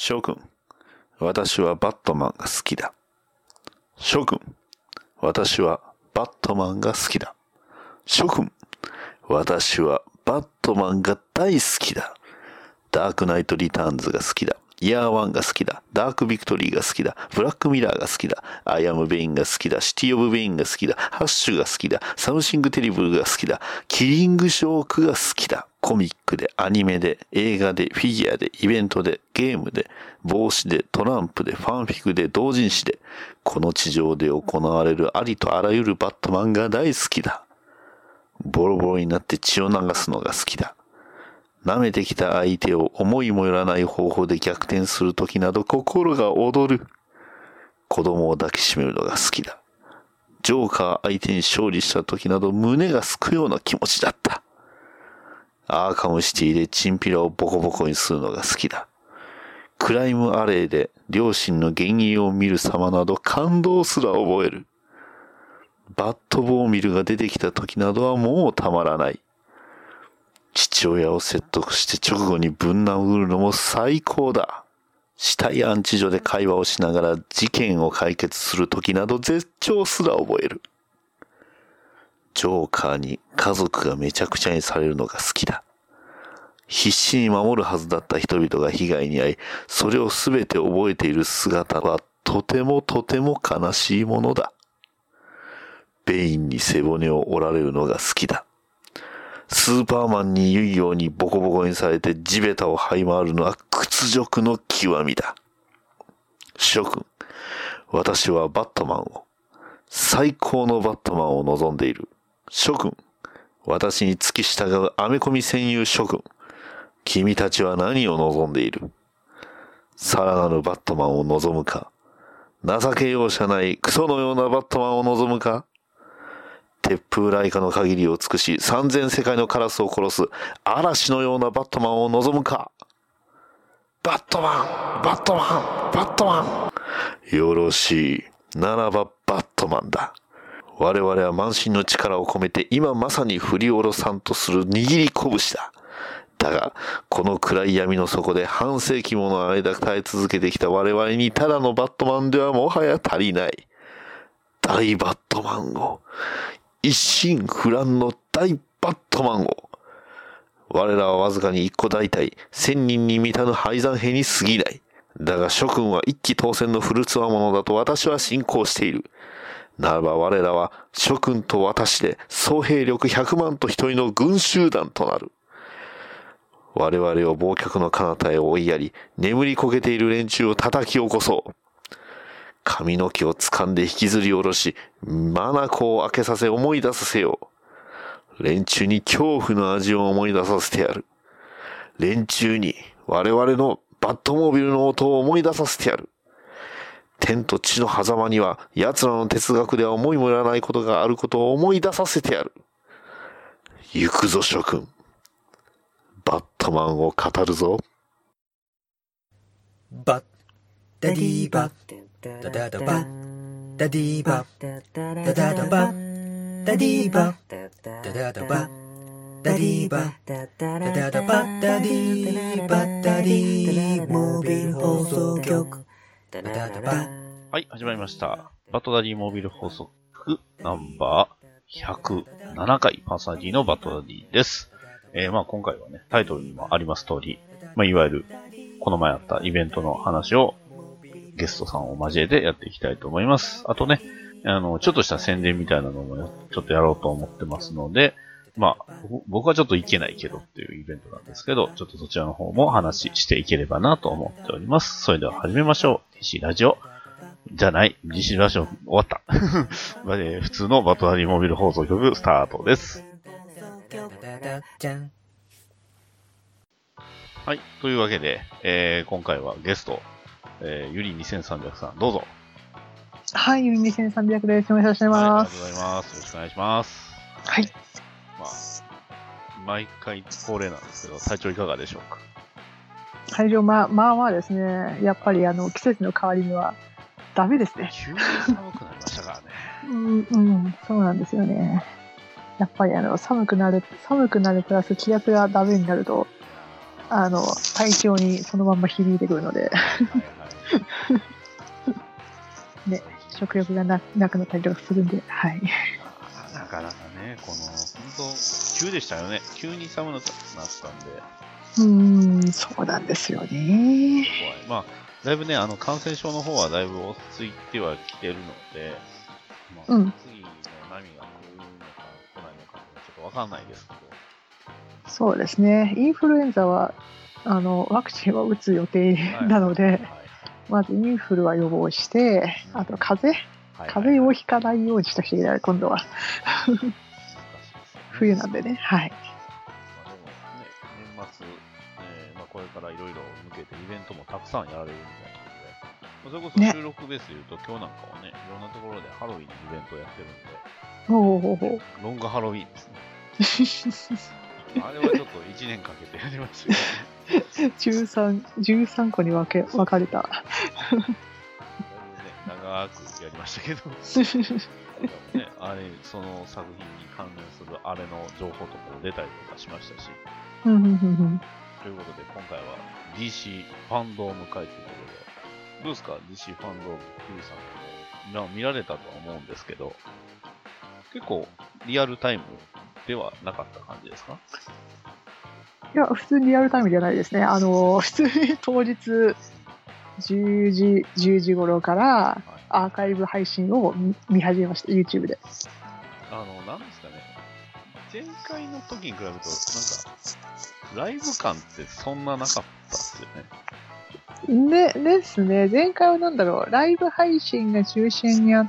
諸君、私はバットマンが好きだ。諸君、私はバットマンが好きだ。諸君、私はバットマンが大好きだ。ダークナイトリターンズが好きだ。イヤーワンが好きだ。ダークビクトリーが好きだ。ブラックミラーが好きだ。アイアムベインが好きだ。シティオブベインが好きだ。ハッシュが好きだ。サムシングテリブルが好きだ。キリングショークが好きだ。コミックで、アニメで、映画で、フィギュアで、イベントで、ゲームで、帽子で、トランプで、ファンフィクで、同人誌で、この地上で行われるありとあらゆるバットマンが大好きだ。ボロボロになって血を流すのが好きだ。舐めてきた相手を思いもよらない方法で逆転するときなど心が躍る。子供を抱きしめるのが好きだ。ジョーカー相手に勝利したときなど胸がすくような気持ちだった。アーカムシティでチンピラをボコボコにするのが好きだ。クライムアレイで両親の幻影を見る様など感動すら覚える。バットボーミルが出てきた時などはもうたまらない。父親を説得して直後にぶん殴るのも最高だ。死体安置所で会話をしながら事件を解決する時など絶頂すら覚える。ジョーカーに家族がめちゃくちゃにされるのが好きだ。必死に守るはずだった人々が被害に遭い、それをすべて覚えている姿はとてもとても悲しいものだ。ベインに背骨を折られるのが好きだ。スーパーマンに言うようにボコボコにされて地べたを這い回るのは屈辱の極みだ。諸君、私はバットマンを、最高のバットマンを望んでいる。諸君、私に付き従うアメコミ戦友諸君、君たちは何を望んでいる？さらなるバットマンを望むか？情け容赦ないクソのようなバットマンを望むか？鉄風雷下の限りを尽くし3000世界のカラスを殺す嵐のようなバットマンを望むか？バットマン、バットマン、バットマン。よろしい。ならばバットマンだ。我々は満身の力を込めて今まさに振り下ろさんとする握り拳だ。だが、この暗い闇の底で半世紀もの間耐え続けてきた我々にただのバットマンではもはや足りない。大バットマンを。一心不乱の大バットマンを。我らはわずかに一個大隊、1000人に満たぬ敗残兵に過ぎない。だが諸君は一騎当選のフルツワ者だと私は信仰している。ならば我らは諸君と私で総兵力100万と一人の軍集団となる。我々を忘却の彼方へ追いやり、眠りこけている連中を叩き起こそう。髪の毛を掴んで引きずり下ろし、眼を開けさせ思い出させよう。連中に恐怖の味を思い出させてやる。連中に我々のバットモービルの音を思い出させてやる。天と地の狭間には奴らの哲学では思いもよらないことがあることを思い出させてやる。行くぞ諸君。バットマンを語るぞ。 バッダディバッダダダバッダディバッダダダバッダディバッダダダバッダディバッダダダバッダディバッダディモービル放送局ダダダバッ。 はい、始まりました。バッドダディモービル放送局ナンバー107回パーソナリティのバッドダディです。今回はね、タイトルにもあります通り、いわゆるこの前あったイベントの話をゲストさんを交えてやっていきたいと思います。あとね、ちょっとした宣伝みたいなのもちょっとやろうと思ってますので、僕はちょっと行けないけどっていうイベントなんですけど、ちょっとそちらの方も話していければなと思っております。それでは始めましょう。DC ラジオ。じゃない。DC ラジオ終わった。普通のバトダディモービル放送局スタートです。はい。というわけで、今回はゲスト、ゆり2300さん、どうぞ。 はい、ゆり2300です。お願いします。 ありがとうございます。よろしくお願いします。 はい。 毎回恒例なんですけど、体調いかがでしょうか？ 体調、まあですね、やっぱり季節の変わり目はダメですね。 急に寒くなりましたからね。 そうなんですよね。やっぱり寒くなるプラス気圧がダメになると、 体調にそのまんま響いてくるので、 はいはい。 ね、食欲がなくなったりとかするんで、はい。 なかなかね、本当、急でしたよね。急に寒くなったんで。 そうなんですよね。 怖い。まあ、だいぶね、感染症の方はだいぶ落ち着いてはきてるので、まあ、次の波が来るのか来ないのか、ちょっとわかんないですけど。 そうですね。インフルエンザは、ワクチンは打つ予定なので、まずインフルは予防して、あと風邪をひかないようにしなくちゃいけない、今度は。冬なんでね、はい。 まあ、でもね、年末、まあ、これからいろいろ向けてイベントもたくさんやられるみたいなので、それこそ収録ベースで言うと、今日なんかはね、いろんなところでハロウィンのイベントをやってるんで、ロングハロウィンですね。あれはちょっと1年かけてやりましたけど、ね、 13個に分かれた。 だいぶね、長くやりましたけど、ね、あれ、その作品に関連するあれの情報とかも出たりとかしましたし、ということで今回は DC ファンドーム会ということで、どうですか DC ファンドーム、キュウさんも見られたとは思うんですけど、結構リアルタイムではなかった感じですか？ いや、普通にリアルタイムじゃないですね。普通に当日10時頃からアーカイブ配信を見始めました、YouTube で。 なんですかね、前回の時に比べると、なんか、ライブ感ってそんななかったっすよね。 ですね。前回はライブ配信が中心にあって、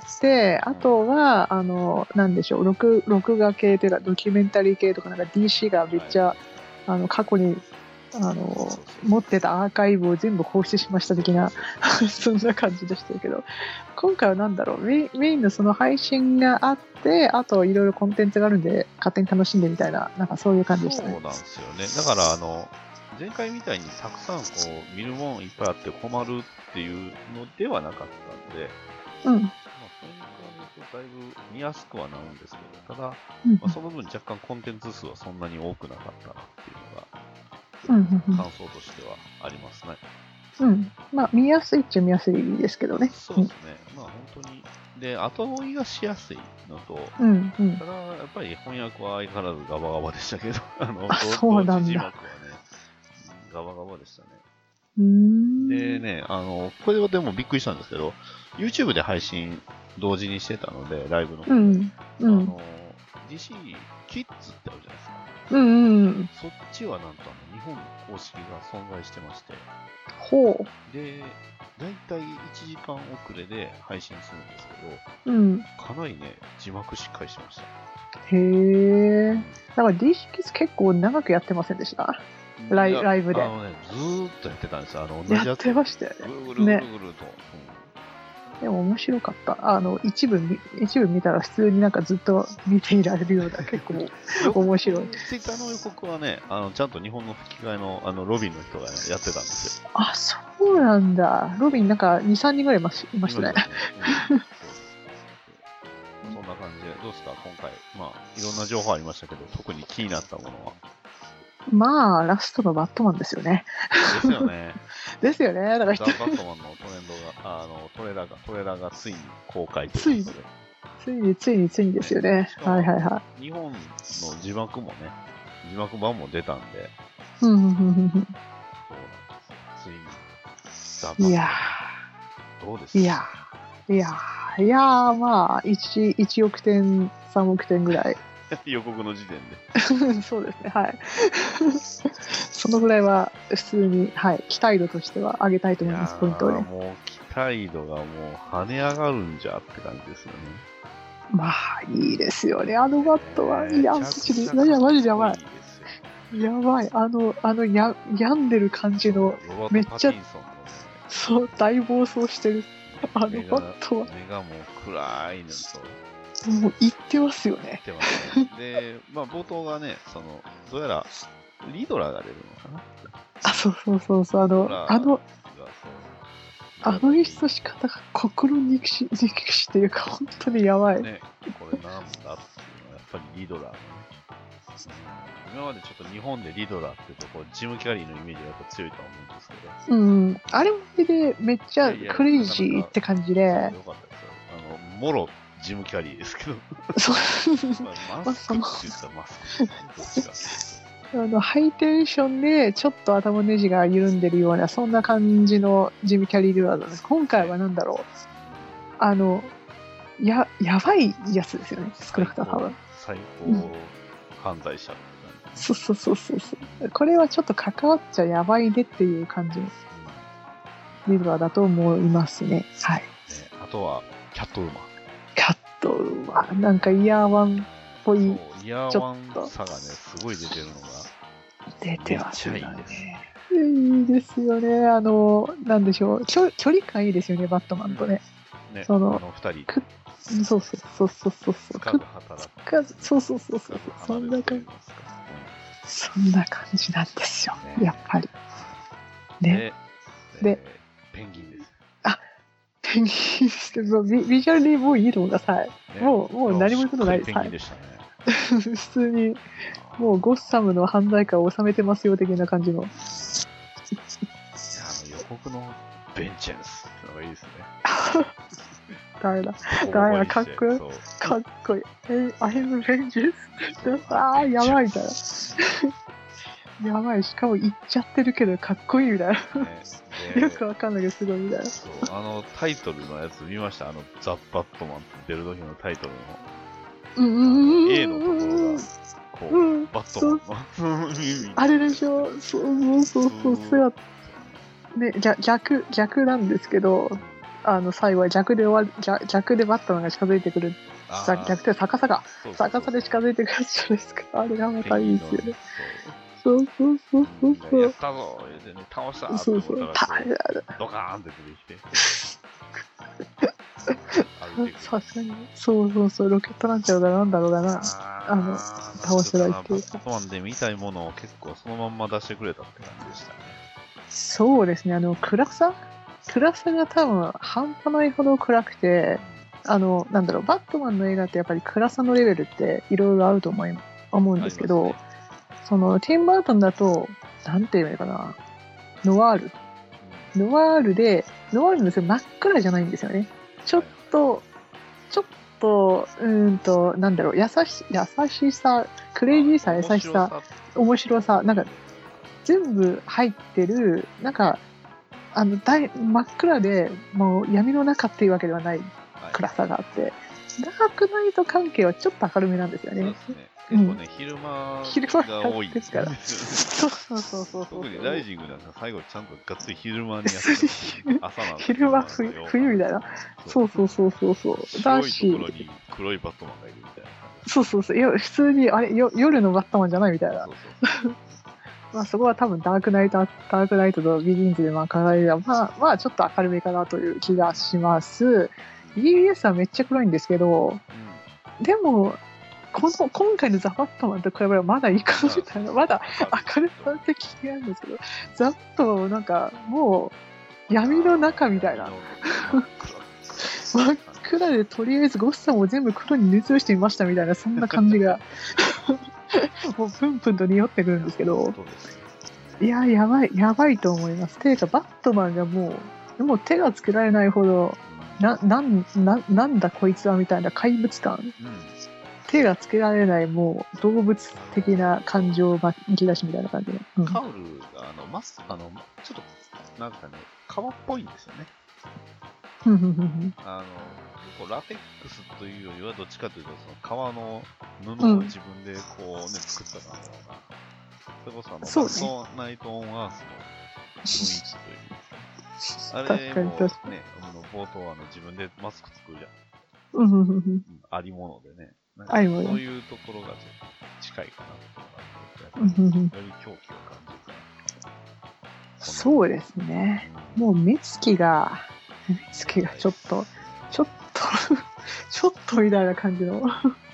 あとは、なんでしょう、録画系というか、ドキュメンタリー系とか、なんか DC がめっちゃ、過去に、持ってたアーカイブを全部放出しました的な、そんな感じでしたけど、今回はメインのその配信があって、あといろいろコンテンツがあるんで、勝手に楽しんでみたいな、なんかそういう感じでしたね。 そうなんですよね。だから前回みたいにたくさんこう見るもんいっぱいあって困るっていうのではなかったんで、まあ、それに比べるとだいぶ見やすくはなるんですけど、ただ、まあ、その分若干コンテンツ数はそんなに多くなかったなっていうのが、感想としてはありますね。 まあ見やすいっちゃ見やすいですけどね。 そうですね。まあ本当に。で、後追いがしやすいのと、ただやっぱり翻訳は相変わらずガバガバでしたけど、 そうなんだ。 字幕はね、ガバガバでしたね。でね、これはでもびっくりしたんですけど、YouTube で配信同時にしてたので、ライブの。DC キッズってあるじゃないですか。そっちはなんと日本の公式が存在してまして。で、だいたい1時間遅れで配信するんですけど、かなりね、字幕しっかりしてました。 へー。だから DC キッズ結構長くやってませんでした？ライブで。 ずーっとやってたんですよ。 やってましたよね。 ぐるぐると。 でも面白かった。一部見たら普通になんかずっと見ていられるような、結構面白い。 ツイッターの予告はね、ちゃんと日本の吹き替えのロビンの人が、ね、やってたんですよ。 あ、そうなんだ。ロビンなんか2、3人ぐらいいましたね。 そんな感じで、どうですか今回、まあ、いろんな情報ありましたけど、特に気になったものは。 まあ、ラストのバットマンですよね。 ですよね。 ですよね。だからバットマンのトレンドが、トレーラーがついに公開ということで。 ついにですよね。はいはいはい。 日本の字幕もね、字幕版も出たんで。 そうなんです。ついに。 いやー。どうですか？ いやー、まあ、1億点、3億点ぐらい。 予告の時点で。そうですね、はい。そのぐらいは普通に、はい、期待度としては上げたいと思います、ポイントをね。 もう期待度がもう跳ね上がるんじゃって感じですよね。 まあ、いいですよね、バットは。いや、マジでやばい。やばい、病んでる感じの、めっちゃ、そう、大暴走してる、バットは。 目がもう暗いのと。 もう言ってますよね。 言ってますね。で、まあ冒頭がね、どうやらリドラが出るのかな。 あ、そう、演出の仕方が心憎しっていうか、本当にやばい。 ね、これなんだっていうのは、やっぱりリドラーのね。 今までちょっと日本でリドラーっていうとこうジム・キャリーのイメージがやっぱ強いとは思うんですけど、 うん。あれもでめっちゃクレイジーって感じで。 よかったですよ。もろジム・キャリーですけど。 そうマスクって言ったらマスク。どっちか。 ハイテンションでちょっと頭ネジが緩んでるようなそんな感じのジム・キャリー・リドラーなんです。今回はなんだろう、やばいやつですよね、少なくとも多分。 最高犯罪者って感じ。 そう。これはちょっと関わっちゃやばいねっていう感じのリドラーだと思いますね。はい。 あとはキャットウーマン。 キャットウーマン、なんかイヤーワンっぽい。 イヤーワンさがね、すごい出てるのが。 出てますよね。いいですよね。なんでしょう。距離感いいですよね、バットマンとね。 ね、 その二人。 そう。そう。そんな感じなんですよ。やっぱり。ね。で、 ペンギンです。 ペンギンですけど、ビジュアルにもういいと思います。はい。もう何も言うことないです。 ペンギンでしたね。 普通に、もうゴッサムの犯罪感を収めてますよ的な感じの。 予告のベンチェンスってのがいいですね。 誰だかっこいい。アヘムベンジェンスああ、やばいみたいな。やばい、しかも言っちゃってるけどかっこいいみたいな。よくわかんないけどすごいみたいな。 そう、タイトルのやつ見ました？ザ・バットマンって出る時のタイトルの。A のところが、こう、バットマンの。 あれでしょ、そうね、逆なんですけど、最後は逆でバットマンが近づいてくる。逆で逆さで近づいてくるじゃないですか。あれがまたいいですよね。そう。 やったぞー、ね、倒したーって思ったら、ドカーンって出てきて。 さすがに。そう、ロケットランチャーだなんだろうがな。倒せないっていうか。 バットマンで見たいものを結構そのまんま出してくれたって感じでしたね。 そうですね、暗さが多分半端ないほど暗くて、なんだろう、バットマンの映画ってやっぱり暗さのレベルっていろいろあると思うんですけど、そのティム・バートンだと、なんて言うのかな、ノワールで真っ暗じゃないんですよね。ちょっと、なんだろう、優しさ、クレイジーさ、優しさ、面白さ、なんか、全部入ってる、なんか、真っ暗で、もう闇の中っていうわけではない暗さがあって、ダークナイト関係はちょっと明るめなんですよね。 結構ね、昼間が多いですから。そう。特にライジングなんか最後ちゃんとがっつり昼間にやって朝なん昼間冬みたいな。そう。 白いところに黒いバットマンがいるみたいな。 そう。いや、普通に、夜のバットマンじゃないみたいな。まあそこは多分ダークナイトとビギンズで考えれば、まあちょっと明るめかなという気がします。BBS はめっちゃ黒いんですけど、でも、今回のザ・バットマンと比べればまだいいかなみたいな、まだ明るさって気があるんですけど、ザ・バットマンもなんかもう闇の中みたいな。真っ暗でとりあえずゴッサンを全部黒に塗りつぶしてみましたみたいな、そんな感じがもうプンプンと匂ってくるんですけど、いや、やばいと思います。ていうか、バットマンがもう手がつけられないほど、なんだこいつはみたいな怪物感。手がつけられないもう動物的な感情がむき出しみたいな感じで、 カウルがちょっとなんかね革っぽいんですよね。ラテックスというよりはどっちかというとその革の布を自分でこうね、作ったかのような、それこそバットナイト・オン・アースの雰囲気というか、あれもね、冒頭自分でマスク作るじゃん。ありものでね。そういうところがちょっと近いかなと思って、より狂気を感じるかな。 そうですね。もう目つきがちょっとみたいな感じの。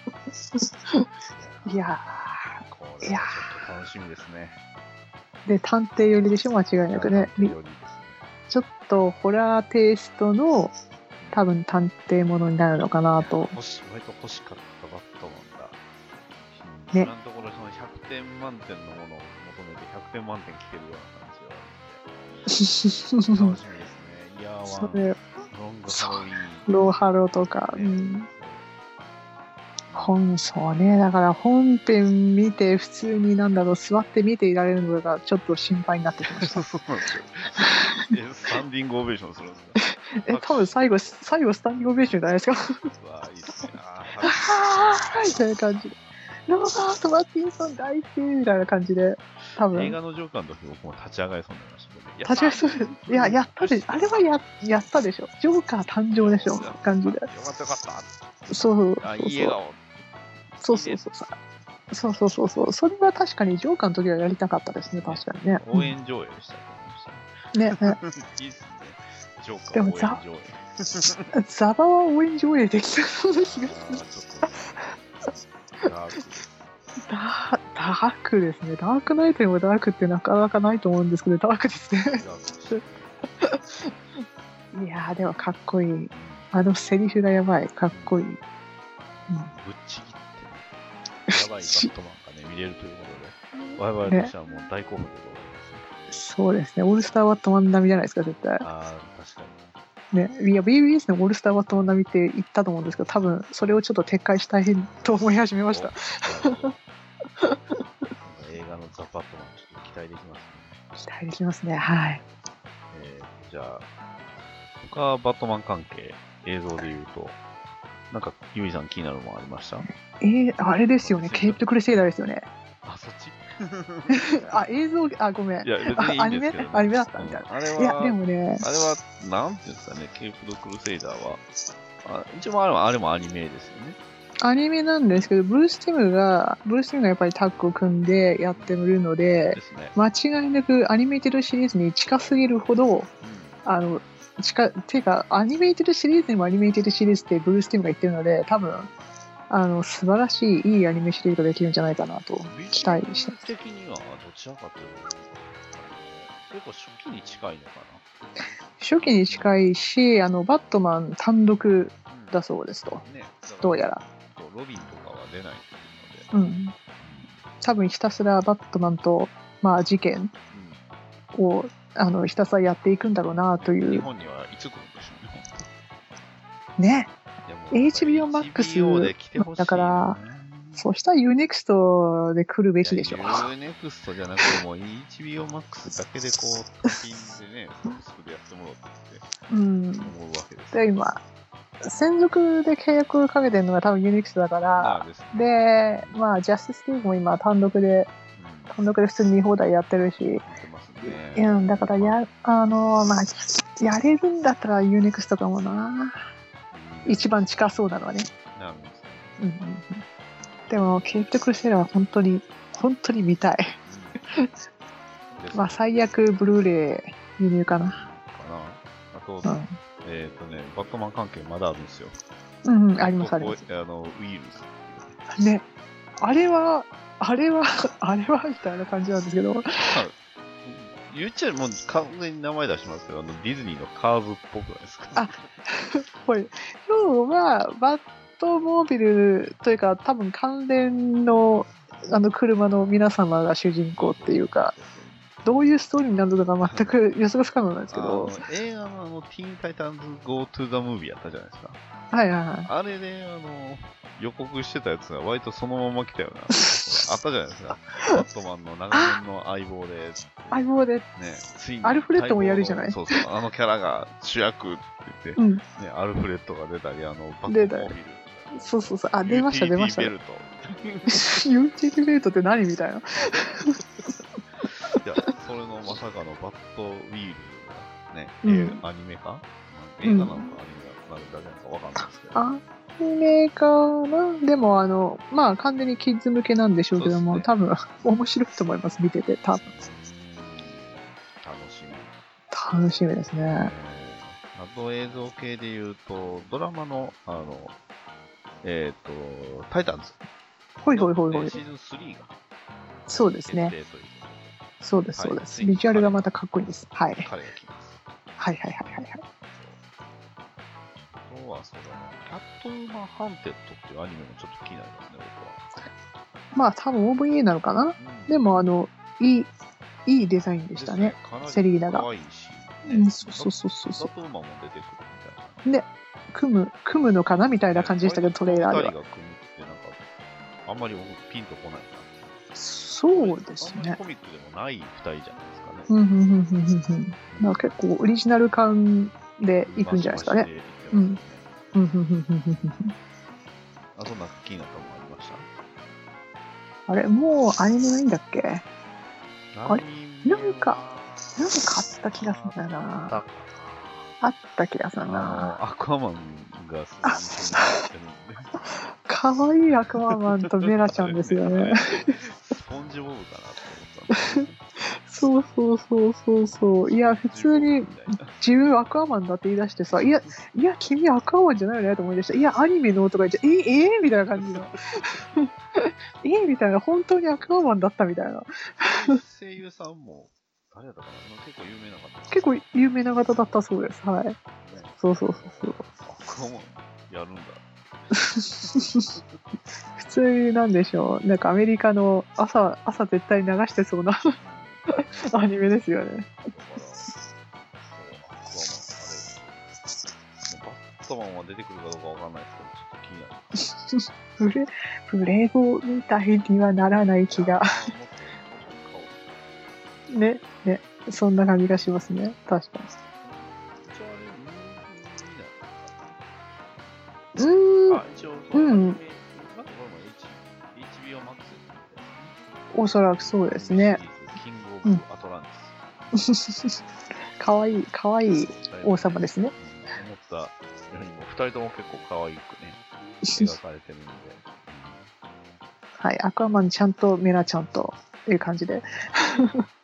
いやこれはちょっと楽しみですね。 で、探偵寄りでしょ、間違いなくね。ちょっとホラーテイストの多分探偵ものになるのかなと。 割と欲しかったバットマンがね今のところその100点満点のものを求めて100点満点来てるような感じがあるんで、楽しみですね。イヤーワン、 それ、 ロングハロウィーン。 ローハロとか、そうね、だから本編見て普通に座って見ていられるのがちょっと心配になってきました。 そうなんですよ。スタンディングオベーションするんですか？ 多分最後スタンディングオベーションじゃないですか。 うわーいいですね。 みたいな感じで。ロバート・マティンソン大好きみたいな感じで、多分。 映画のジョーカーの時僕も立ち上がりそうになりましたけど、 立ち上がりそうです。いや、やったでしょ。あれはやったでしょ。ジョーカー誕生でしょ。感じで。 よかったよかった。 そういい笑顔。 そう。それは確かにジョーカーの時はやりたかったですね。確かにね。 応援上映でしたね。 いいですね。ジョーカー応援上映。 ザバは応援上映できそうですが。ダークですね。ダークナイトにもダークってなかなかないと思うんですけど、ダークですね。いやー、でもかっこいい。セリフがやばい。かっこいい。ぶっちぎって、やばいバットマンがね、見れるということで、我々としてはもう大興奮でございます。 そうですね。オールスターバットマン並みじゃないですか、絶対。 確かに。 ね、いや BBS のオールスターバットマン並みって言ったと思うんですけど、多分それをちょっと撤回したいと思い始めました。 映画のザ・バットマン、ちょっと期待できますね。 期待できますね、はい。 じゃあ、他はバットマン関係、映像で言うと、なんか、ユミさん気になるものありました？ あれですよね、ケイプト・クルセイダーですよね。 そっち映像、ごめん。 いや、別にいいんですけど、 アニメだったみたいな。 あれは、 いや、でもね、 あれは、なんていうんですかね、ケイプト・クルセイダーは、一応あれもアニメですよね。 アニメなんですけど、ブルース・ティムがやっぱりタッグを組んでやってるので、間違いなくアニメーテッドシリーズに近すぎるほど、ていうか、アニメーテッドシリーズにもアニメーテッドシリーズってブルース・ティムが言ってるので、多分、素晴らしいいいアニメシリーズができるんじゃないかなと期待してます。 的にはどちらかというと、結構初期に近いのかな。 初期に近いし、バットマン単独だそうですと、どうやら。 ロビンとかは出ないというので、 多分ひたすらバットマンと、事件を、ひたすらやっていくんだろうなという。 日本にはいつ来るんでしょうね。HBO Max だから、そしたら UNEXT で来るべきでしょ。 UNEXT じゃなくても HBO Max だけでこう、単品でね、サブスクでやってもらって思うわけです。 で、今、専属で契約かけてるのが多分 UNEXT だから、で、ジャスティスリーグも今単独で普通に見放題やってるし、いや、だからやれるんだったら UNEXT かもな。一番近そうなのはね。でも、ケイプト・クルセイダーは本当に見たい。最悪、ブルーレイ輸入かな。 あと、バットマン関係まだあるんですよ。 あります、あります。 ウイルス。 ね。あれは、みたいな感じなんですけど。 言っちゃもう完全に名前出しますけど、ディズニーのカーズっぽくないですか？ これ、要は、バットモービルというか、多分関連の、車の皆様が主人公っていうか、どういうストーリーになるのか全く予測不可能なんですけど。 映画のティーンタイタンズ Go to the Movie やったじゃないですか。あれで、予告してたやつが割とそのまま来たような、あったじゃないですか。バットマンの長年の相棒で。ね、ついに。 アルフレッドもやるじゃない。 そう、キャラが主役って言って、アルフレッドが出たり、バットモービル。 そう、出ました。 ユーティリティベルト。 ユーティリティベルトって何みたいな。 いや、それのまさかのバットウィールがね、アニメ化？映画なのかアニメなのかだけなのかわかんないですけど。 アニメ化な？でも完全にキッズ向けなんでしょうけども、多分面白いと思います、見てて、多分。楽しみですね。 あと映像系で言うと、ドラマの、タイタンズ。 ほい。 シーズン3が。 そうですね。そうです。ビジュアルがまたかっこいいです。はい。 彼が来ます。 はい。 あととはそうだな、キャットウーマンハンテッドっていうアニメもちょっと気になりますね、僕は。 まあ多分 OVA なのかな、 うんでもいいデザインでしたね。 かなりセリーナが。 可愛いし、 そうそうそうそう。 バトウーマンも出てくるみたいな。 で、組むのかなみたいな感じでしたけど、トレーラーでは。 二人が組むってなんか、あんまりピンとこないな。 そうですね。 あんまりコミックでもない二人じゃないですかね。 なんか結構オリジナル感でいくんじゃないですかね。 あとなんか気になったものありました？ あれ、もうアニメないんだっけ？あれなんかあった気がするんだよな。あった気がするな。 アクアマンがすごい一緒にやってるんで。 かわいいアクアマンとメラちゃんですよね。 スポンジボブかなと思ったんで。 そう。いや、普通に自分アクアマンだって言い出してさ、いや、君アクアマンじゃないよねと思い出した。いや、アニメのとか言って、みたいな感じの。みたいな、本当にアクアマンだったみたいな。 声優さんも、誰だったかな、結構有名な方。 結構有名な方だったそうです。はい。そう。 アクアマンやるんだ。 普通になんでしょう。なんかアメリカの朝絶対流してそうなアニメですよね。 バットマンは出てくるかどうかわかんないですけど、ちょっと気になる。 プレボみたいにはならない気が。ね、そんな感じがしますね。確かに。おそらくそうですね。 キングオブアトランティス。 かわいい王様ですね。 思ったよりも2人とも結構可愛くね、描かれてるので。 はい、アクアマンちゃんとメラちゃんという感じで。 そう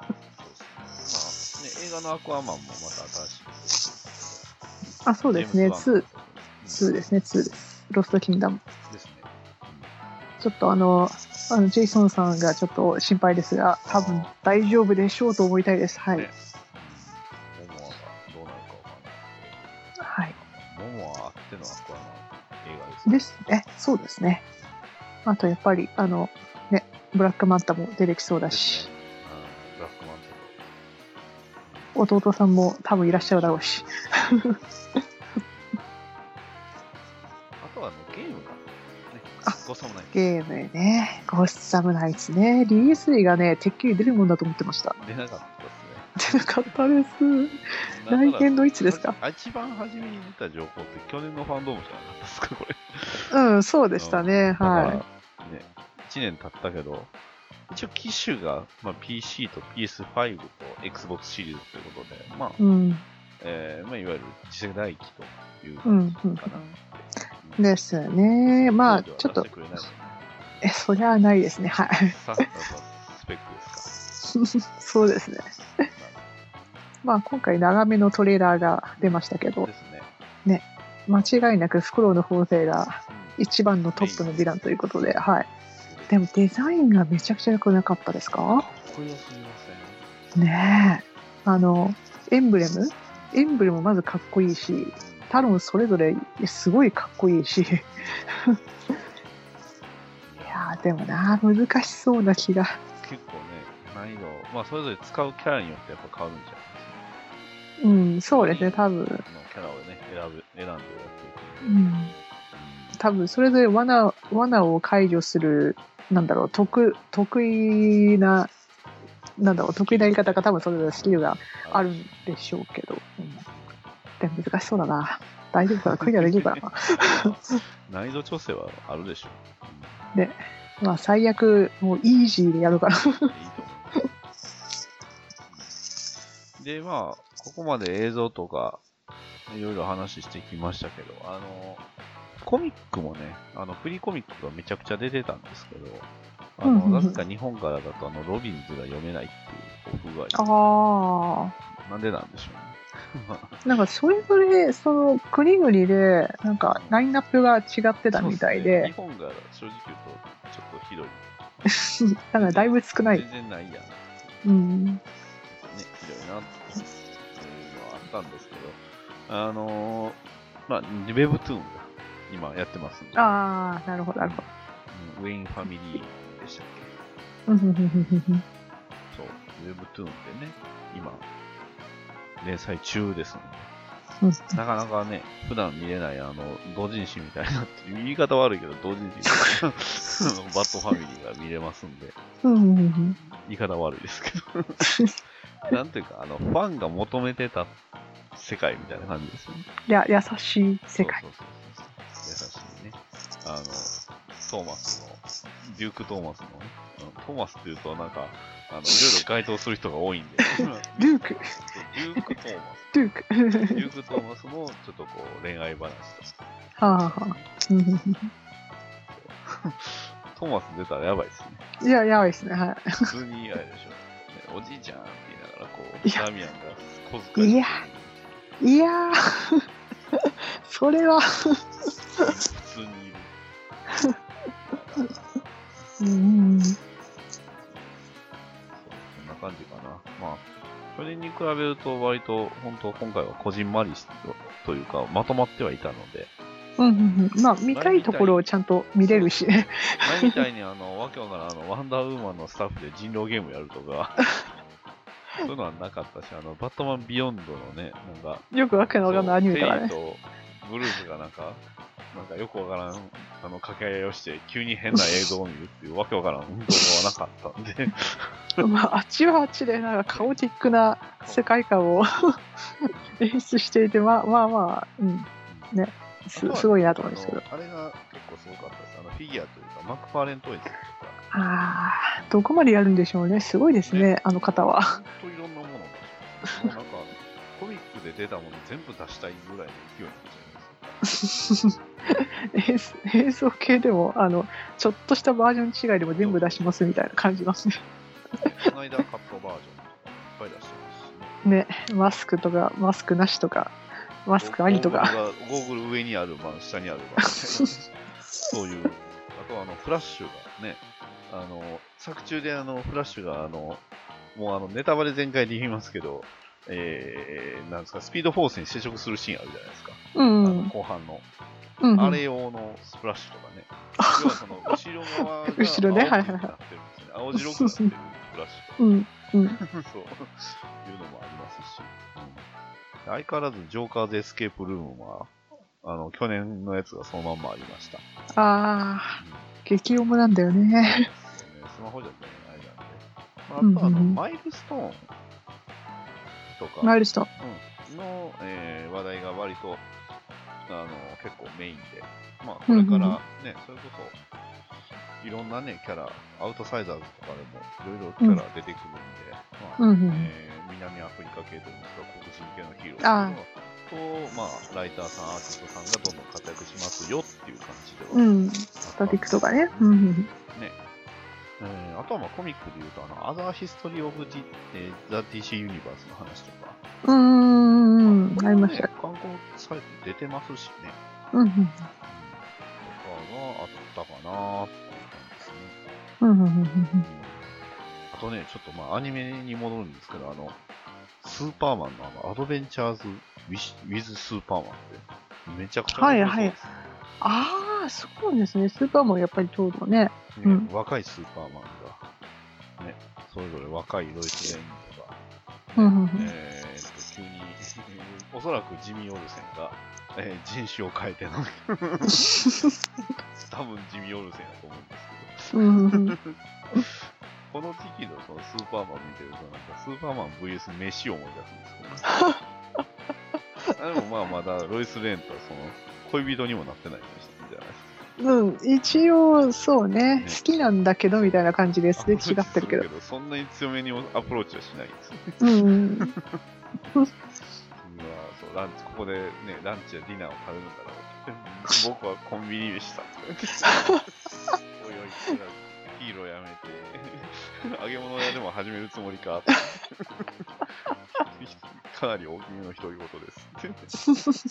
ですね。映画のアクアマンもまた新しいですけど。 そうですね。2ですね。2です。ロストキングダム。ですね。ちょっとジェイソンさんがちょっと心配ですが、多分大丈夫でしょうと思いたいです。はい。 モモアがどうなるかわからない。 はい。 モモアあってのアクアマン映画ですね。 そうですね。あとやっぱりブラックマンタも出てきそうだし、 ブラックマンタ弟さんも多分いらっしゃるだろうし。 あとはゲームか。 ゲームね。ゴッサムナイツね。リリース日がね、てっきり出るもんだと思ってました。 出なかったですね。 出なかったです。来年のいつですか？ 一番初めに出た情報って去年のファンドームじゃなかったですか、これ。 そうでしたね。はい。 1年経ったけど、一応機種が、PC と PS5 と Xbox シリーズということで、いわゆる次世代機という感じかな。 ですね。ちょっと、そりゃないですね。はい。 スペックですか。 そうですね。今回長めのトレーラーが出ましたけど、ね、間違いなくフクロウの方勢が一番のトップのヴィランということで、はい。でもデザインがめちゃくちゃ良くなかったですか？ かっこよすぎません？ ねえ。エンブレムまずかっこいいし、タロンそれぞれすごいかっこいいし。いやでも難しそうな気が。 結構ね、難易度、それぞれ使うキャラによってやっぱ変わるんじゃないですか。 そうですね、多分。 キャラをね、選んでやっていく。多分それぞれ罠を解除する、得意なやり方が多分それぞれスキルがあるんでしょうけど。でも難しそうだな。大丈夫かな？クリアできるかな？ 難易度調整はあるでしょう。で、最悪もうイージーでやるから。いいと思う。で、ここまで映像とかいろいろ話してきましたけど、コミックもね、フリーコミックがめちゃくちゃ出てたんですけど、なぜか日本からだとロビンズが読めないっていう不具合。なんでなんでしょうね。 それぞれその国々でラインナップが違ってたみたいで、 日本が正直言うとちょっとひどい。 だからだいぶ少ない。 全然ないやん。ね、ひどいなっていうのはあったんですけど、 まあ、ウェブトゥーンが今やってますんで。 ああ、なるほど、なるほど。 ウェインファミリーでしたっけ。 うんうんうんうんうんそう、ウェブトゥーンでね、今、連載中ですので。 うんなかなかね、普段見れない、同人誌みたいなっていう、言い方悪いけど、同人誌みたいなバッドファミリーが見れますんで、 うんうんうんうん言い方悪いですけど、なんていうか、ファンが求めてた世界みたいな感じですよね。 いや、優しい世界。 そうそうそうそう。優しいね。トーマスの、デューク・トーマスのね、トーマスっていうとなんか、いろいろ該当する人が多いんで、 デューク、 デューク・トーマス。 デューク。 デューク・トーマスのちょっとこう恋愛話とか。 はあはあ。うんうんうんトーマス出たらやばいですね。 いや、やばいですね。は普通にあれでしょ。ね、おじいちゃんって言いながらこう、 いやダミアンが小遣いいやい。いやー、それは。 普通にいる。 うんそうそんな感じかな。まあ、それに比べると割と、本当今回はこじんまりというか、まとまってはいたので、 うんうんうん。まあ、見たいところをちゃんと見れるしね。 前みたいにわけわからんワンダーウーマンのスタッフで人狼ゲームやるとか、そういうのはなかったし、バットマンビヨンドのね、なんか、 よくわけのわかんないアニメとかね。 テイとブルースがなんかよくわからん、掛け合いをして、急に変な映像を見るっていうわけわからん動画はなかったんで。 まあ、あっちはあっちで、なんかカオティックな世界観を演出していて、まあまあまあ、うん。ね。すごいなと思うんですけど。 あれが結構すごかったです。フィギュアというか、マックファーレントイズというか。 ああ、どこまでやるんでしょうね。すごいですね、あの方は。 本当いろんなものを出します。なんか、コミックで出たもの全部出したいぐらいの勢いになっちゃいます。 映像系でも、ちょっとしたバージョン違いでも全部出しますみたいな感じますね。 スナイダーカットバージョンとかいっぱい出してますしね。 ね、マスクとか、マスクなしとか、マスクありとか。 ゴーグル上にある版、下にある版みたいな。そういう。あとフラッシュがね、作中でフラッシュがもうネタバレ全開で言いますけど、なんですか、スピードフォースに接触するシーンあるじゃないですか。 うん後半の。 うんうん、 あれ用のスプラッシュとかね。要はその後ろ側が後ろね、はいはいはい。 青白くなってるスプラッシュとか。 うんうん、 そう。いうのもありますし。相変わらずジョーカーズエスケープルームは、去年のやつがそのまんまありました。 ああ、激重なんだよね。 スマホじゃないなんで。あとマイルストーンとか、 マイルストーンの、話題が割と、結構メインで、まあ、これからね、それこそ、いろんなね、キャラ、アウトサイザーズとかでも、いろいろキャラ出てくるんで、まあ、南アフリカ系といいますか、黒人系のヒーローと、まあ、ライターさん、アーティストさんがどんどん活躍しますよっていう感じでは。 うん、スタティックとかね。 ね。あとはまあコミックでいうと、アザーヒストリー・オブ・ザ・DC ユニバースの話とか。 ありました。 観光サイト出てますしね。とかがあったかなっていう感じですね。あとね、ちょっとまあアニメに戻るんですけど、スーパーマンのアドベンチャーズ・ウィズ・スーパーマンってめちゃくちゃ面白そうですね。 ああ、そうですね。スーパーマンやっぱりちょうどね。 若いスーパーマンが、ね、それぞれ若いロイス・レインとか、急に、おそらくジミー・オルセンが、人種を変えての多分ジミー・オルセンだと思うんですけど、この時期のそのスーパーマン見てると、なんかスーパーマン VS 飯を思い出すんですけど、ね、でもまあまだロイス・レーンとはその恋人にもなってないじゃないですか。 一応そうね、好きなんだけどみたいな感じですれ違ってるけど。 そんなに強めにアプローチはしないんですね。そうランチ、ここでね、ランチやディナーを食べるんだろう。僕はコンビニでした。おいおい、ヒーローやめて、揚げ物屋でも始めるつもりか。かなり大きめの独り言です。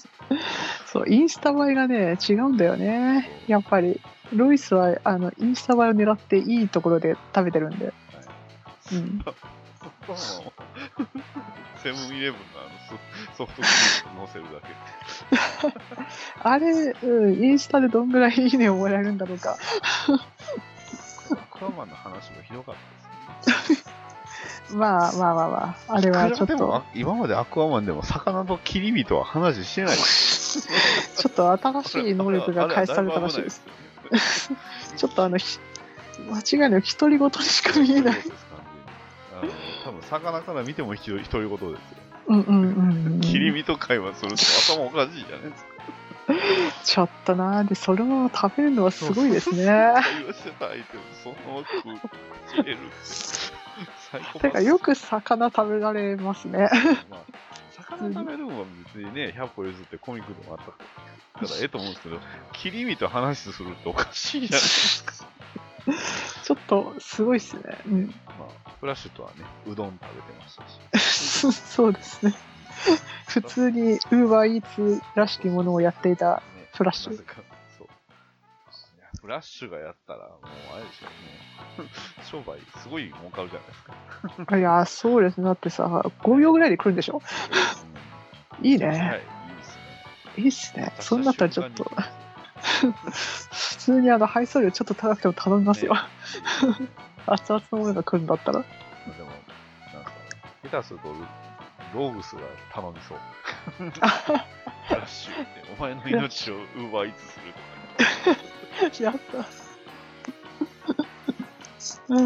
そう、インスタ映えがね、違うんだよね。やっぱり。ロイスはインスタ映えを狙っていいところで食べてるんで。 セブンイレブンのソフトクリームを乗せるだけ。 あれ、インスタでどんぐらいいいねをもらえるんだろうか。 アクアマンの話もひどかったですね。 まあ、あれはちょっと、 今までアクアマンでも魚とキリビとは話してないです。 ちょっと新しい能力が開始されたらしいです。ちょっと間違いなく独り言にしか見えない。 多分魚から見ても独り言ですよ。キリビと会話すると頭おかしいじゃないですか。 ちょっとなで、それを食べるのはすごいですね。 会話してた相手をそのまま食えるって。 てか、よく魚食べられますね。 まあ、魚食べるのは別にね、100歩譲ってコミックでもあったからと思うんですけど、キリミと話するっておかしいじゃないですか。 ちょっと、すごいっすね。 まあ、フラッシュとはね、うどん食べてましたし。そうですね。普通にウーバーイーツらしきものをやっていたフラッシュ。 そう。フラッシュがやったら、もうあれでしょうね。商売すごい儲かるじゃないですか。 いや、そうですね。だってさ、5秒ぐらいで来るんでしょ。いいね。 はい、いいですね。 いいっすね。そんなったらちょっと、普通に配送料ちょっと高くても頼みますよ。熱々のものが来るんだったら。 でも、なんか、下手すると、ローグスが頼みそう。フラッシュって、お前の命をウーバーイーツするとか、ね。 やった。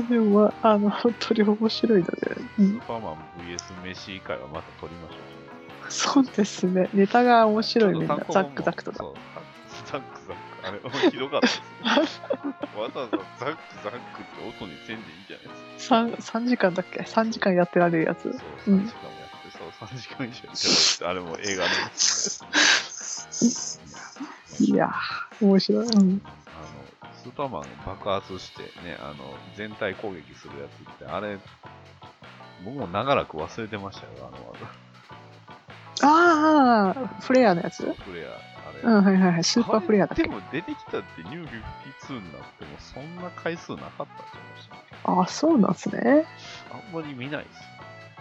でも、本当に面白いので、 スーパーマン VS 飯会はまた撮りましょう。 そうですね。ネタが面白いみんな。ザックザクとか。 そう、ザックザック。あれ、ひどかったですね。わざわざザックザックって音にせんでいいじゃないですか。 3時間だっけ ?3 時間やってられるやつ。 そう、3時間もやって、3時間以上やってられる。あれも映画の。 いやー、面白い。 スーパーマンが爆発してね、全体攻撃するやつって、あれ、僕も長らく忘れてましたよ、 ああ、フレアのやつ？ フレア、 はい、スーパーフレアだっけ？ でも出てきたってニュー52になってもそんな回数なかったんじゃないですか。 ああ、そうなんですね。 あんまり見ないです。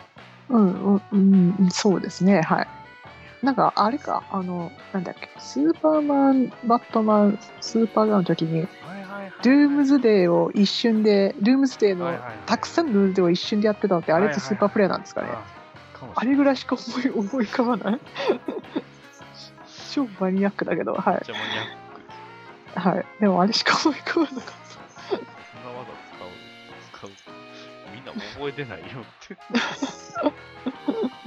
そうですね、はい。なんか、あれか、なんだっけ、スーパーマン、バットマン、スーパーガンの時に、ドゥームズデーを一瞬で、ドゥームズデーのたくさんのドゥームズデーを一瞬でやってたのって、あれってスーパーフレアなんですかね。あれぐらいしか思い浮かばない。超マニアックだけど、はい。めっちゃマニアック。 はい。でもあれしか思い浮かばなかった。 そんな技使う。みんな覚えてないよって。ということでね、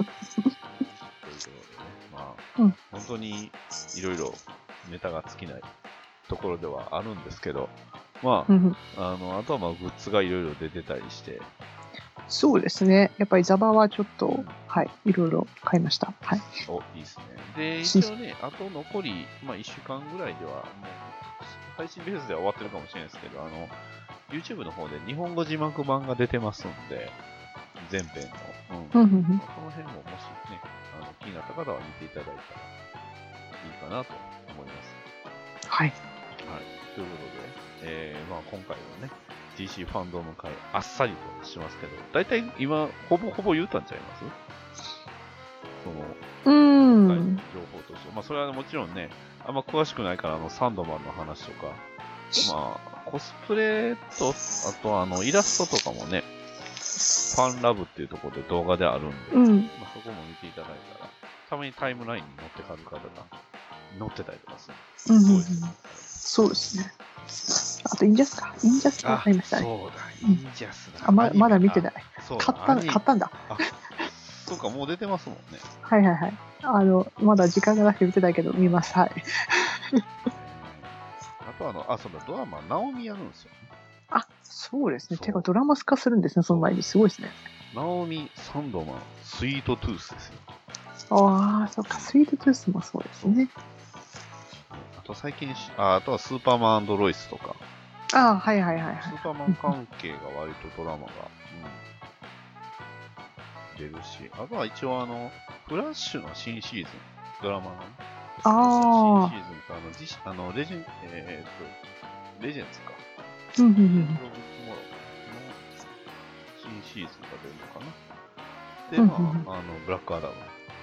まあ、本当にいろいろネタが尽きないところではあるんですけど、まあ、あとはまあグッズがいろいろ出てたりして、 そうですね。やっぱりザバはちょっと、はい、いろいろ買いました。はい。 お、いいですね。で、一応ね、あと残り、まあ1週間ぐらいでは、もう、配信ベースでは終わってるかもしれないですけど、YouTube の方で日本語字幕版が出てますんで、全編の。その辺ももしね、気になった方は見ていただいたらいいかなと思います。 はい。 はい。ということで、まあ今回はね、DC ファンドーム会、あっさりとしますけど、だいたい今、ほぼ言うたんちゃいます情報として。まあそれはもちろんね、あんま詳しくないからサンドマンの話とか、まあ、コスプレと、あとイラストとかもね、ファンラブっていうところで動画であるんで、まあそこも見ていただいたら、たまにタイムラインに載ってはる方が載ってたりとかする。 そうですね。あと、インジャスか。インジャスか買いましたね。 そうだ、インジャスだ。 まだ見てない。買ったんだ。 そうか、もう出てますもんね。 はい。まだ時間がなくて見てないけど、見ます。はい。 あとそうだ、ドラマ、ナオミやるんですよ。 あ、そうですね。てか、ドラマ化するんですね、その前に。すごいですね。 ナオミ、サンドマン、スイートトゥースですよ。 ああ、そっか、スイートトゥースもそうですね。 あと最近あとはスーパーマン&ロイスとか。 ああ、はい。スーパーマン関係が割とドラマが、出るし、あとは一応フラッシュの新シーズン、ドラマのね。新シーズンとレジェンズか。新シーズンが出るのかな。 で、 うんまうんあ、ブラックアダム。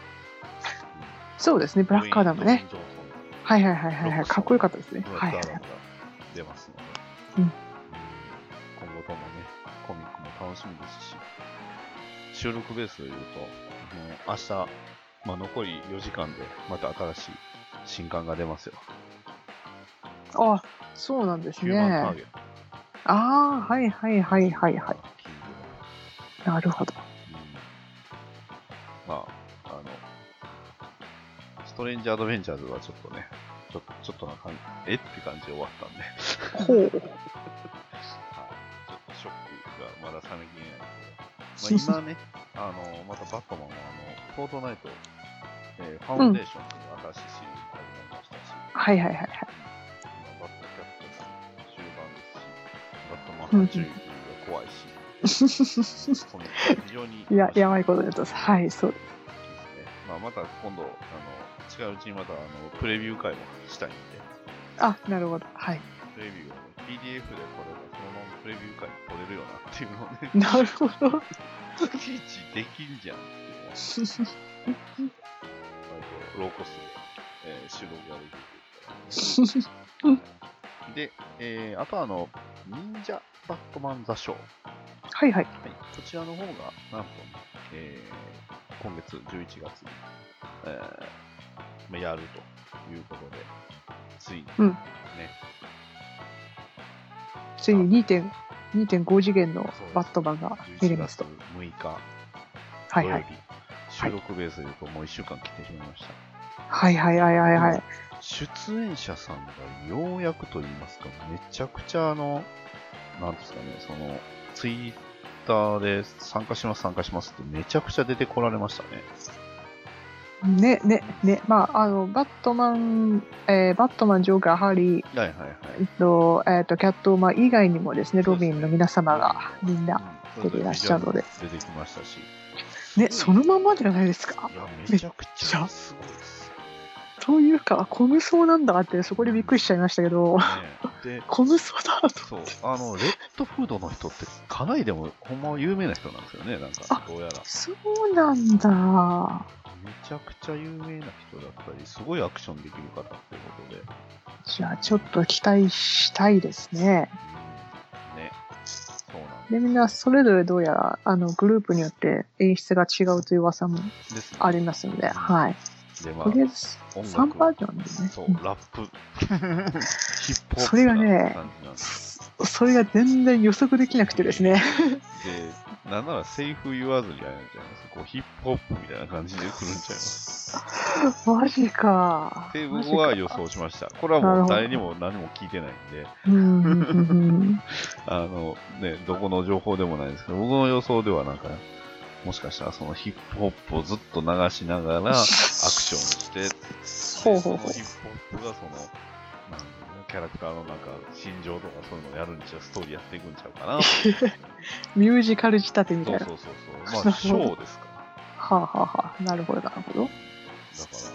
そうですね、ブラックアダムね。 ドウェインはいはいはいはいはい。かっこよかったですね。 ブラはいはいックアダムが出ますので、 うん今後ともね、コミックも楽しみですし、収録ベースで言うと、もう明日、まあ、残り4時間でまた新しい新刊が出ますよ。 あ、そうなんですヒューマンターね。 ゲット。 ああ、はいはいはいはいはい。 キングなるほど。 まあ、ストレンジアドベンチャーズはちょっとね、ちょっとな感じ、えって感じで終わったんで、 ほう。 はい、ちょっとショックがまだ冷めきれないけど、まあ、今ね、またバットマンはフォートナイト、ファウンデーションという新しいシリーズが始まりましたし、 はいはいはいはい。 バットキャットも終盤ですし、バットマンは中級が怖いし、コミックが非常にいや、やばいことだと。はい、そうです。 まあ、また今度、近いうちにまたプレビュー会もしたいんで、 あ、なるほど。はい。 プレビューを、ね、PDF でこれがそのままプレビュー会に取れるよなっていうのをね、 なるほど。 月一できんじゃんっていうのを、割とローコストで、収録ができるから、ね。で、あと忍者バットマンザショー。 はいはい。 はい、こちらの方が、なんと、今月11月に、やるということで、ついに、 うんね、 ついに2.5次元のバットマンが見れますと。 11月6日はいはい。 土曜日、収録ベースで言うともう1週間来てしまいました。 はいはいはいはいはい。 出演者さんがようやくと言いますか、めちゃくちゃなんですかね、ツイッターで参加しますってめちゃくちゃ出てこられましたね。 ね。まあ、バットマン、ジョーカー、ハリー、 はいはいはい。 キャットマン以外にもですね、ロビンの皆様がみんな出ていらっしゃるので。 出てきましたし。 ね、そのままじゃないですか。 いや、めちゃくちゃすごいです。 というか、コムソなんだって、そこでびっくりしちゃいましたけど、 で、 コムソだと。 そう、レッドフードの人って、かなりでも、ほんま有名な人なんですよね、なんか、どうやら。 そうなんだ。 めちゃくちゃ有名な人だったり、すごいアクションできる方っていうことで。 じゃあ、ちょっと期待したいですね。 ね。そうなんで、みんなそれぞれどうやら、グループによって演出が違うという噂もですね。 ありますので、はい。 で、まあ、 とりあえず、3バージョンでね。 そう、ラップ。ヒップホップそれがねな感じなんです。 それが全然予測できなくてですね。 で、なんならセリフ言わずにやるんちゃいます。こう、ヒップホップみたいな感じで来るんちゃいます。 マジか。 って僕は予想しました。これはもう誰にも何も聞いてないんで、ね、どこの情報でもないんですけど、僕の予想ではなんか、もしかしたらそのヒップホップをずっと流しながらアクションして、そのヒップホップがなんキャラクターのなんか心情とかそういうのをやるんちゃう、ストーリーやっていくんちゃうかな。 ミュージカル仕立てみたいな。 そう。まあ、ショーですから。 はあはあはあ。なるほど、なるほど。 だから、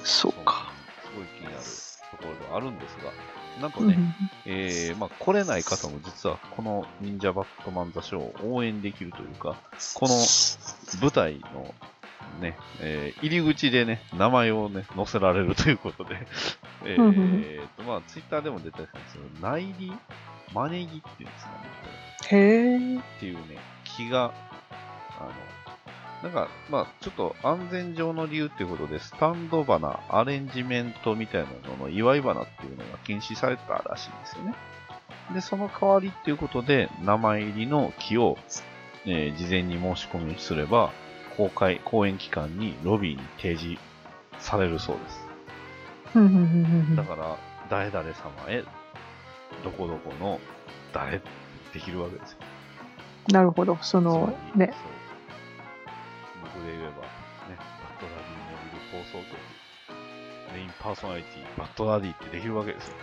そうか。 すごい気になるところではあるんですが、なんとね、まあ、来れない方も実はこの忍者バットマンザショーを応援できるというか、この舞台のね、入り口でね、名前をね、載せられるということで、まあ、ツイッターでも出たんですけど、内裏マネギっていうんですかね、これ。 へー。 っていうね、木が、なんか、まあ、ちょっと安全上の理由っていうことで、スタンド花、アレンジメントみたいなのの祝い花っていうのが禁止されたらしいんですよね。で、その代わりっていうことで、名前入りの木を、事前に申し込みすれば、公演期間にロビーに提示されるそうです。だから、誰々様へ、どこどこの誰ってできるわけですよ。 なるほど、そのね。 僕で言えば、ね、バッドダディモビル放送局、メインパーソナリティ、バッドダディってできるわけですよ。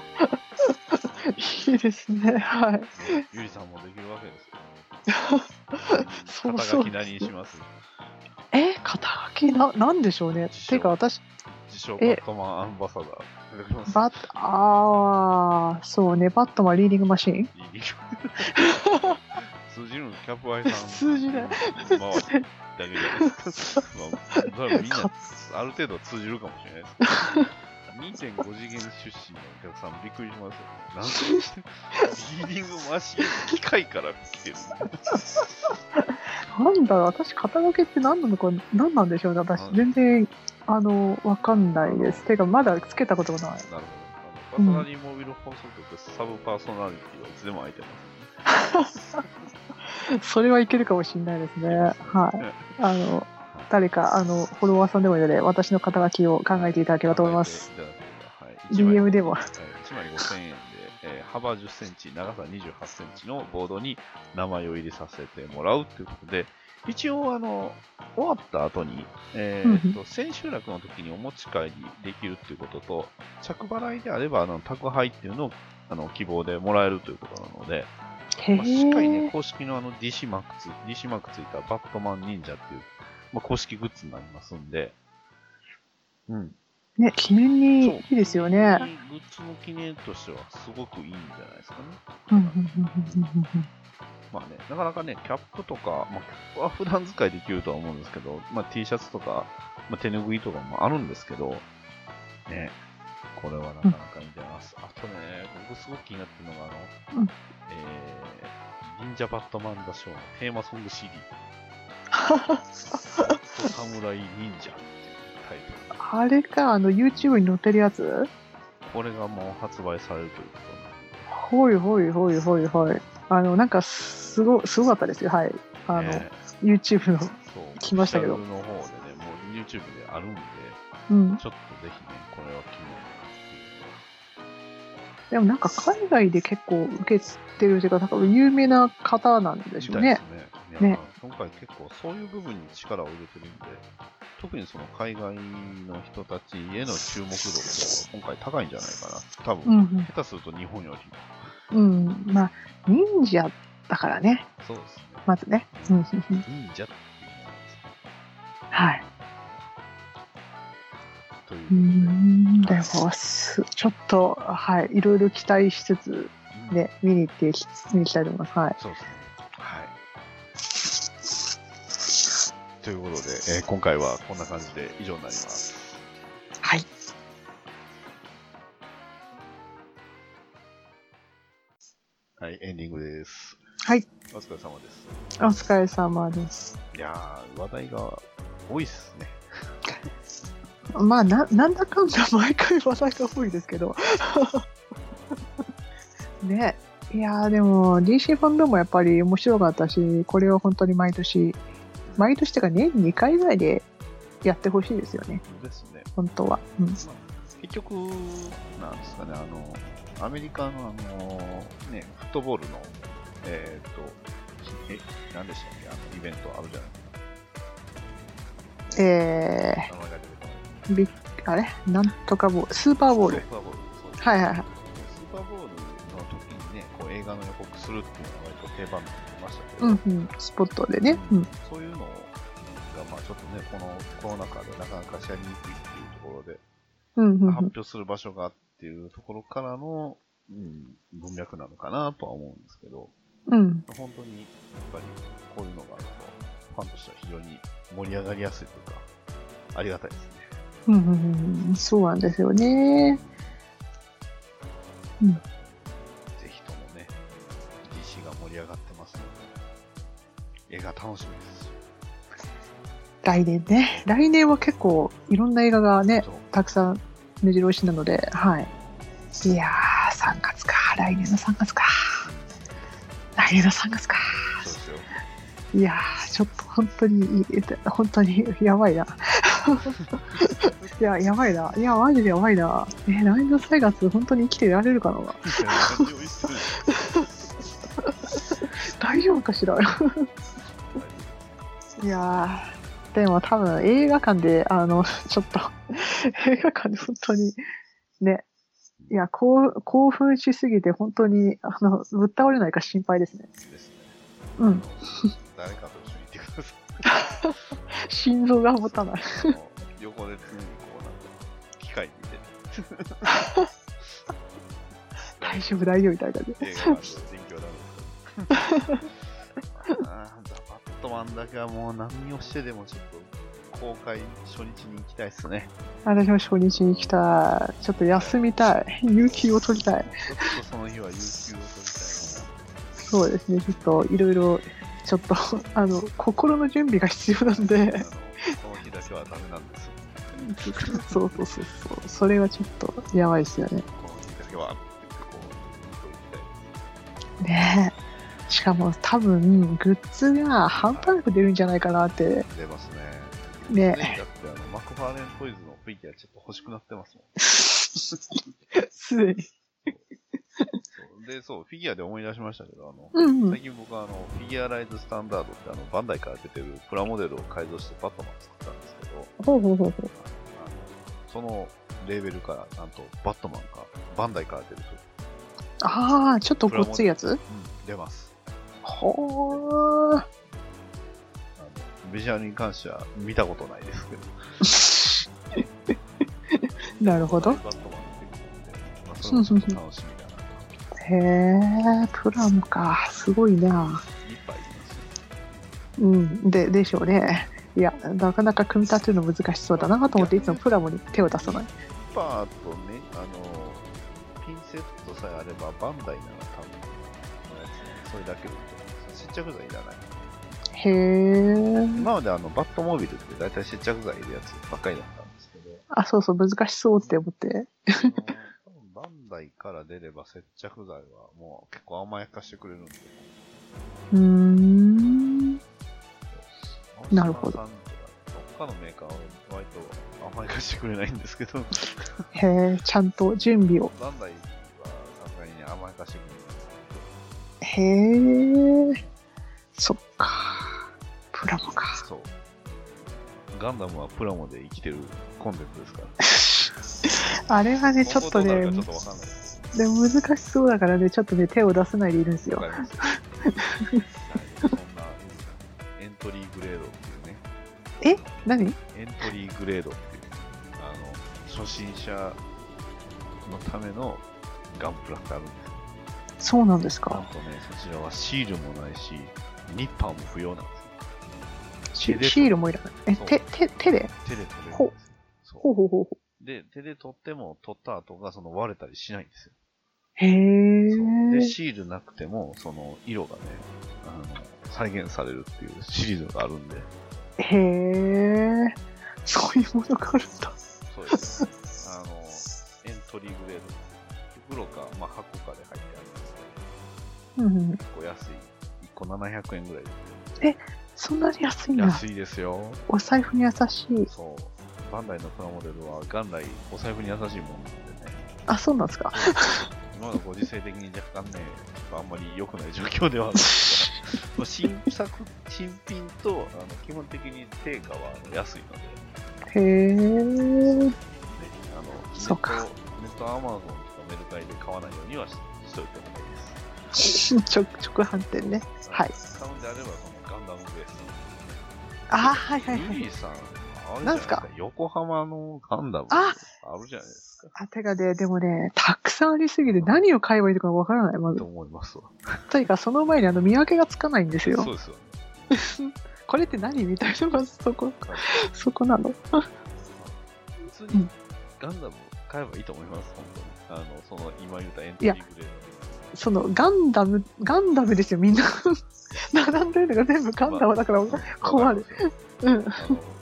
いいですね、はい。 ゆりさんもできるわけですよ。肩書き何にします？ 肩書きなんでしょうね。てか私、 自称バットマンアンバサダー。そうね、バットマンリーディングマシーンす通じるんです。キャップアイさん通じない。 周りだけじゃないですか。まあ、だからみんなある程度は通じるかもしれないですけど。2.5次元出身のお客さんびっくりしますよね。なんでリーディングマシン機械から来てる。 なんだろう、私、肩掛けって何なのか、何なんでしょうね。私、全然、わかんないです。てか、まだつけたことがない。 なるほど。パーソナリーモビル放送局、サブパーソナリティはいつでも空いてますね。 それはいけるかもしれないですね。はい。誰か、フォロワーさんでもいいので、私の肩書きを考えていただければと思います。DM でも。 1枚5000円で、幅10センチ、長さ28センチのボードに名前を入れさせてもらうということで、一応、終わった後に、千秋楽の時にお持ち帰りできるということと、着払いであれば、宅配っていうのを、希望でもらえるということなので、まあ、しっかりね、公式のDC マークついたバットマン忍者っていう、まあ、公式グッズになりますんで、うん。 ね、記念にいいですよね。 グッズの記念としてはすごくいいんじゃないですかね。まあね、なかなかね、キャップとか、まあ、キャップは普段使いできるとは思うんですけど、まあ、T シャツとか、まあ、手拭いとかもあるんですけど、ね、これはなかなかいいんじゃないですか。あとね、僕すごく気になってるのが、忍者バットマンダショーのテーマソング CD。侍忍者っていうタイトル。 あれか、YouTube に載ってるやつ？ これがもう発売されるということなんで。 ほいほいほいほいほい。なんかすごかったですよ。はい。YouTube の来ましたけど。 オフィシャルの方でね、もう YouTube であるんで、ちょっとぜひね、これは気になるなっていう。 でもなんか海外で結構受けてるというか、なんか有名な方なんでしょうね。 ね。今回結構そういう部分に力を入れてるんで、特にその海外の人たちへの注目度が今回高いんじゃないかな。多分、下手すると日本よりも。まあ、忍者だからね。 そうですね。 まずね。 忍者っていうものですね。 はい。 ということで。 でも、ちょっと、はい、いろいろ期待しつつ、ね、見に行きたいと思います。はい。 そうですね。はい。ということで、今回はこんな感じで以上になります。 はい。 はい、エンディングです。 はい。 お疲れ様です。 お疲れ様です。 いやー、話題が多いっすね。 まあ、なんだかんだ毎回話題が多いですけど。ね。いやーでも DC ファンドもやっぱり面白かったし、これを本当に毎年ってか年2回ぐらいでやってほしいですよね。 ですね。 本当は。 結局、なんですかね、アメリカのね、フットボールの、何でしたっけ、イベントあるじゃないですか。名前が出てこない。 あれなんとかボール、スーパーボール。 スーパーボール。 はいはいはい。 スーパーボールの時にね、こう映画の予告するっていうのが割と定番になりましたけど、 スポットでね。 そういうのが、まあちょっとね、このコロナ禍でなかなかしやりにくいっていうところで、発表する場所がっていうところからの、文脈なのかなとは思うんですけど、本当にやっぱりこういうのがあると、ファンとしては非常に盛り上がりやすいというか、ありがたいですね。 そうなんですよね。ぜひともね、DC が盛り上がってますので、映画楽しみです。 来年ね。来年は結構いろんな映画がね、たくさん目白押しなので、はい。いやー、3月か。来年の3月か。来年の3月か。 そうですよ。 いやー、ちょっと本当にやばいな。いや、やばいな。いや、マジでやばいな。来年の3月、本当に生きてられるかな。大丈夫かしら。いやー、でも多分映画館で、ちょっと、映画館で本当に、ね、いや、興奮しすぎて、本当に、ぶっ倒れないか心配ですね。 ですね。誰かと一緒に行ってください。 心臓が持たない。 横で常にこう、なんか、機械見て。大丈夫みたいな感じで。 映画の勉強なんですけど。 トマンだけはもう何をしてでもちょっと公開初日に行きたいっすね。 私も初日に来た。ちょっと休みたい。有給を取りたい。 ちょっとその日は有給を取りたいな。 そうですね。ちょっといろいろ、ちょっと、心の準備が必要なんで。 この日だけはダメなんです。 そうそうそうそう。それはちょっとやばいですよね。 この日だけはって言って、こう、行きたいです。 ねえ。しかも多分、グッズが半端なく出るんじゃないかなって。 出ますね。 ねだってマクファーレントイズのフィギュアちょっと欲しくなってますもん。 すでに。 そう、フィギュアで思い出しましたけど、 うんうん。 最近僕はフィギュアライズスタンダードってバンダイから出てるプラモデルを改造してバットマン作ったんですけど、 ほうほうほうほう。 そのレーベルからなんとバットマンがバンダイから出ると。 ああ、ちょっとごっついやつ。 出ます。 ほー。 ビジュアルに関しては見たことないですけど。 なるほど。 バットマンっていうので、それもちょっと楽しみだな。 へえ、プラムか。すごいな。 いっぱいいますうん。でしょうね。いや、なかなか組み立てるの難しそうだなと思って、いつもプラモに手を出さない。 パーとね、ピンセットさえあれば、バンダイなら多分、のやつね、それだけでいいと思うんですよ。接着剤いらない。 へえ。 今までバットモービルって大体接着剤いるやつばっかりだったんですけど、 あ、そうそう、難しそうって思って。 多分バンダイから出れば接着剤はもう結構甘やかしてくれるんで。 なるほど。 どっかのメーカーは割と甘やかしてくれないんですけど、 へえ、ちゃんと準備を。 バンダイはさすがにね、甘やかしてくへえ、そっか。プラモか。 れない。そう。ガンダムはプラモで生きてるコンテンツですから。 あれはね、ちょっとね、 今後どうなるかちょっとわかんないです。 でも難しそうだからね、ちょっとね、手を出せないでいるんですよわ。かりますよ。はいそんな、エントリーグレードっていうね。 何？ エントリーグレードっていう、初心者のためのガンプラってあるんですよ。 そうなんですか。 なんとね、そちらはシールもないし、ニッパーも不要なんですシ手でールもいらない。 そう手で？ よ。手で取れるんですよ。そうほうほうほうほう。 で、手で取っても取った後が割れたりしないんですよ。 へそうで、 え。 シールなくても、その色がね、再現されるっていうシリーズがあるんで。 へえ。そういうものがあるんだ。 そうですね。エントリーグレード。袋か、まあ、箱かで入ってあるんですけど、 うんうん。 結構安い。1個700円ぐらいで。 そんなに安いんだ。 安いですよ。 お財布に優しい。 そう。バンダイのプラモデルは元来お財布に優しいもんなんでね。 あ、そうなんですか。 今のご時世的に若干ね、あんまり良くない状況ではあるんですが、新品と基本的に定価は安いので、 へえ。 ね、 そうかネットアマゾンとかメルカリで買わないようにはしといてもいいです。 直販店ね。はい。 買うんであれば、このガンダムベース。 あ、はいはいはい。 ユリーさん、あれじゃないなんすかですか、横浜のガンダムああるじゃないですか。 あ、てかね、でもね、たくさんありすぎて何を買えばいいのかわからない、まずと。思いますわ。 というか、その前に見分けがつかないんですよそう。ですよね。 これって何みたいなのがそこなの。 普通にガンダム買えばいいと思います、本当に。今言ったエントリーグレード。 そのガンダムですよ、みんな。並んでるのが全部ガンダムだから困る。うん。 若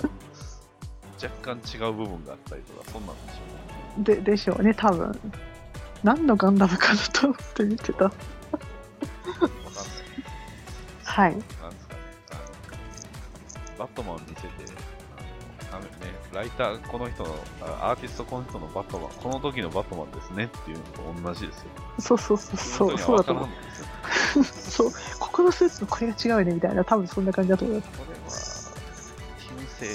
干違う部分があったりとか、そんなんでしょうね。 でしょうね、多分。何のガンダムかなと思って見てた。 わかんない。 はい。 なんですかね。バットマンを見せて、ライター、この人の、アーティストこの人のバットマン、この時のバットマンですねっていうのと同じですよ。 そうだと思う。そう、ここのスーツのこれが違うよねみたいな、多分そんな感じだと思います。 これは、ティムセール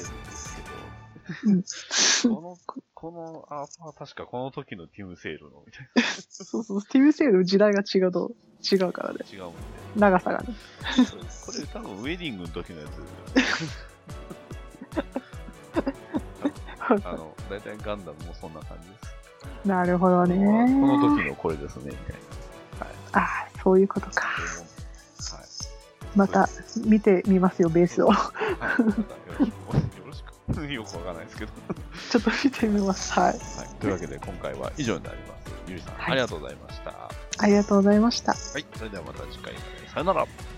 ですけど、このアートは確かこの時のティムセールのみたいな。 そう、ティムセールの時代が違うからね。 違うんで。 長さがね。 これ多分ウェディングの時のやつですよね。だいたいガンダムもそんな感じです。 なるほどね。 この時のこれですね、みたいな。はい。 ああ、そういうことか。 はい。 また見てみますよ、ベースを。 はい、またよろしく。よくわかんないですけど。 ちょっと見てみます。はい。 はい、というわけで、今回は以上になります。ゆりさん、 はい、 ありがとうございました。 ありがとうございました。 はい、それではまた次回まで。さよなら。